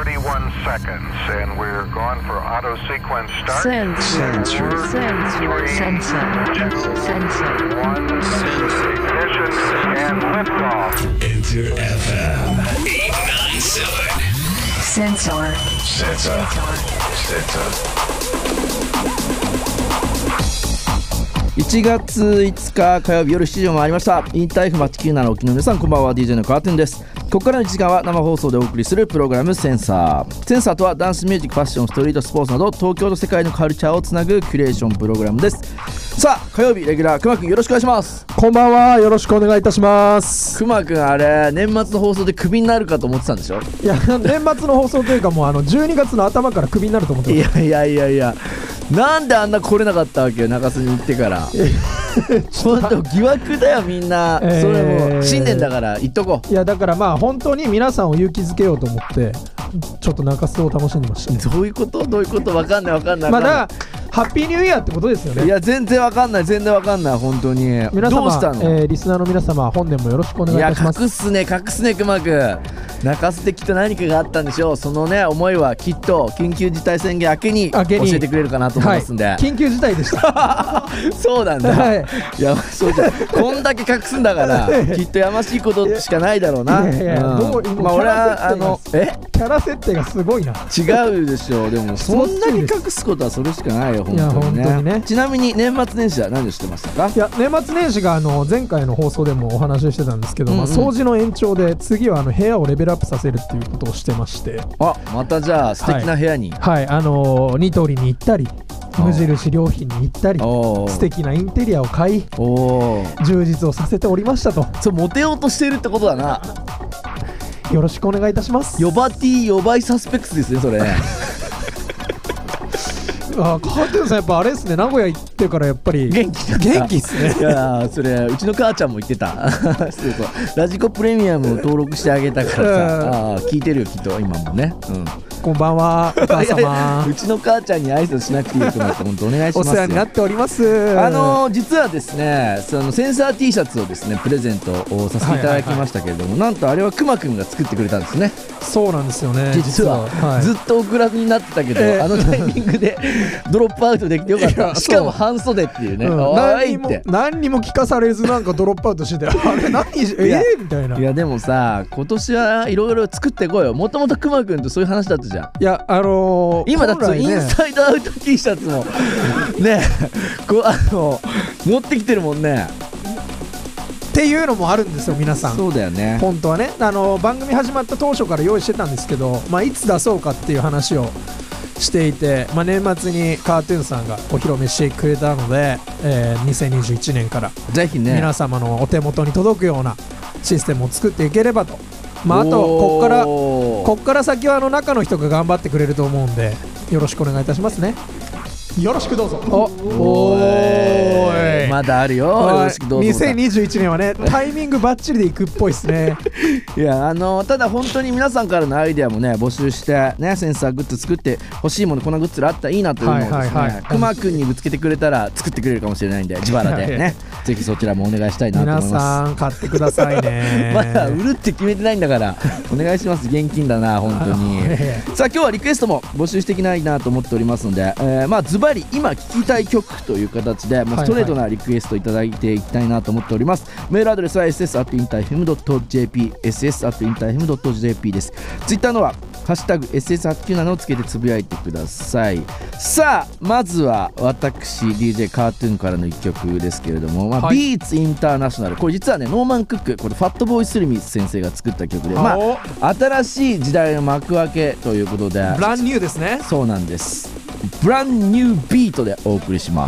31 seconds, and we're going for auto sequence start. Sensor. Ignition and liftoff. Enter FM 897. Sensor. 1月5日火曜日夜7時を回りました。インター F897 沖の皆さんこんばんは。 DJ のカーテンです。ここからの1時間は生放送でお送りするプログラムセンサーとはダンスミュージック、ファッション、ストリート、スポーツなど東京と世界のカルチャーをつなぐキュレーションプログラムです。さあ火曜日レギュラーくまくんよろしくお願いします。 こんばんは、よろしくお願いいたします。 くまくんあれ年末の放送でクビになるかと思ってたんでしょ。 いや年末の放送というかもう12月の頭からクビになると思ってます。 いやなんであんな来れなかったわけよ、中洲に行ってから本当疑惑だよみんな、それも新年だから言っとこう。 いやだからまあ本当に皆さんを勇気づけようと思ってちょっと中洲を楽しんでました、ね、 どういうことわかんないまだハッピーニューイヤーってことですよね。 いや全然わかんない本当に。 皆様どうしたの、 リスナーの皆様本年もよろしくお願いいたします。 いや隠すねくまくん。中洲できっと何かがあったんでしょう。そのね思いはきっと緊急事態宣言明けに教えてくれるかなと思いますんで、 はい、緊急事態でしたそうなんだ、 はい、 いやそうじゃこんだけ隠すんだからきっとやましいことしかないだろうな。 いやまあ俺はキャラ設定がすごいな。 違うでしょ。でもそんなに隠すことはそれしかないよ本当にね。ちなみに年末年始は何をしてましたか。 いや年末年始が前回の放送でもお話ししてたんですけど、掃除の延長で次は部屋をレベルアップさせるっていうことをしてまして、 またじゃあ素敵な部屋に、 はいニトリに行ったり無印良品に行ったり素敵なインテリアを買い充実をさせておりましたと。 そうモテようとしてるってことだな。 よろしくお願いいたします。 ヨバティヨバイサスペクツですねそれねカーテンさんやっぱあれですね、名古屋行ってからやっぱり元気っすね。 いやそれうちの母ちゃんも言ってたそうラジコプレミアムを登録してあげたからさ聞いてるよきっと今もね、 こんばんはお母様うちの母ちゃんに挨拶しなくていいと思って本当お願いしますよ。 お世話になっております。 実はですねセンサー T シャツをですねプレゼントをさせていただきましたけれども、なんとあれはくまくんが作ってくれたんですね。 そうなんですよね。 実は、ずっとオクラになってたけど、あのタイミングでドロップアウトできてよかった。しかも半袖っていうね、 何にも聞かされずなんかドロップアウトしてあれ何みたいな。 いやでもさ今年はいろいろ作ってこいよ。もともとくまくんとそういう話だったじゃん。 いや今だってインサイドアウト T シャツもね持ってきてるもんねっていうのもあるんですよ皆さん。 そうだよね本当はね番組始まった当初から用意してたんですけど、いつ出そうかっていう話をしていて、年末にカートゥーンさんがお披露目してくれたので、2021年からぜひね皆様のお手元に届くようなシステムを作っていければと。あとこっから先は中の人が頑張ってくれると思うんでよろしくお願いいたしますね。よろしくどうぞ。おーいまだあるよ。よろしくどうぞ。 2021年はねタイミングバッチリでいくっぽいですねいやただ本当に皆さんからのアイデアもね募集してねセンサーグッズ作って欲しいものこんなグッズがあったらいいなというのをですねくまくんにぶつけてくれたら作ってくれるかもしれないんで自腹でねぜひそちらもお願いしたいなと思います。 皆さん買ってくださいねまだ売るって決めてないんだからお願いします。現金だな本当にさあ今日はリクエストも募集していきたいなと思っておりますので、ズバリ今聴きたい曲という形でもうストレートなリクエストいただいていきたいなと思っております。メールアドレスは ss@interfm.jp ss@interfm.jp です。ツイッターのはハッシュタグ ss897 をつけてつぶやいてください。さあまずは私 DJ カートゥーンからの1曲ですけれども、ビーツインターナショナル、これ実はねノーマン・クック、これファットボーイ・スルミス先生が作った曲で、新しい時代の幕開けということでブランニューですね。 そうなんです。ブランニュービートでお送りします。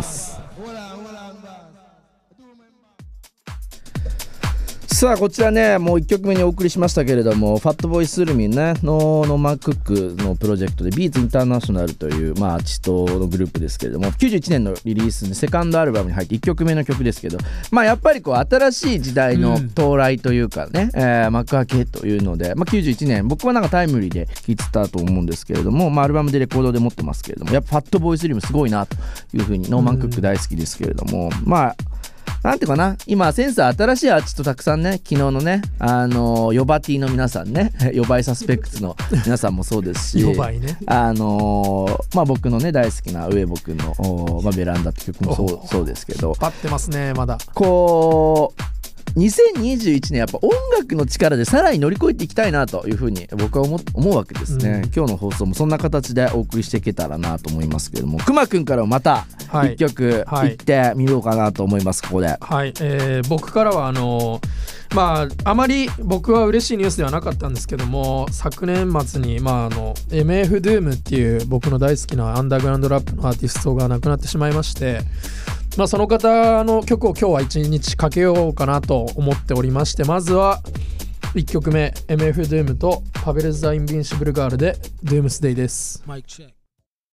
さあこちらねもう1曲目にお送りしましたけれども、ファットボーイスルミねのノーマン・クックのプロジェクトでビーツインターナショナルというアーティストのグループですけれども、91年のリリースでセカンドアルバムに入って1曲目の曲ですけど、やっぱり新しい時代の到来というかね、幕開けというので、91年僕はなんかタイムリーで聴いてたと思うんですけれども、アルバムでレコードで持ってますけれども、やっぱファットボーイスルミすごいなというふうにノーマン・クック大好きですけれども、 なんていうかな、今センサー新しいアーティストたくさんね、昨日のねヨバティの皆さんねヨバイサスペクツの皆さんもそうですしヨバイね、 僕のね大好きな上ボ君の、ベランダって曲もそうですけど、 合ってますね。まだこう2021年やっぱ音楽の力でさらに乗り越えていきたいなというふうに僕は思うわけですね、今日の放送もそんな形でお送りしていけたらなと思いますけども、くまくんからもまた一曲いってみようかなと思います。ここで僕からはあまり僕は嬉しいニュースではなかったんですけども、昨年末にMF Doom っていう僕の大好きなアンダーグラウンドラップのアーティストが亡くなってしまいまして、その方の曲を今日は1日かけようかなと思っておりまして、まずは1曲目 MF Doom とパベル・ザ・インビンシブル・ガールで Doomsday です。マイクチェック。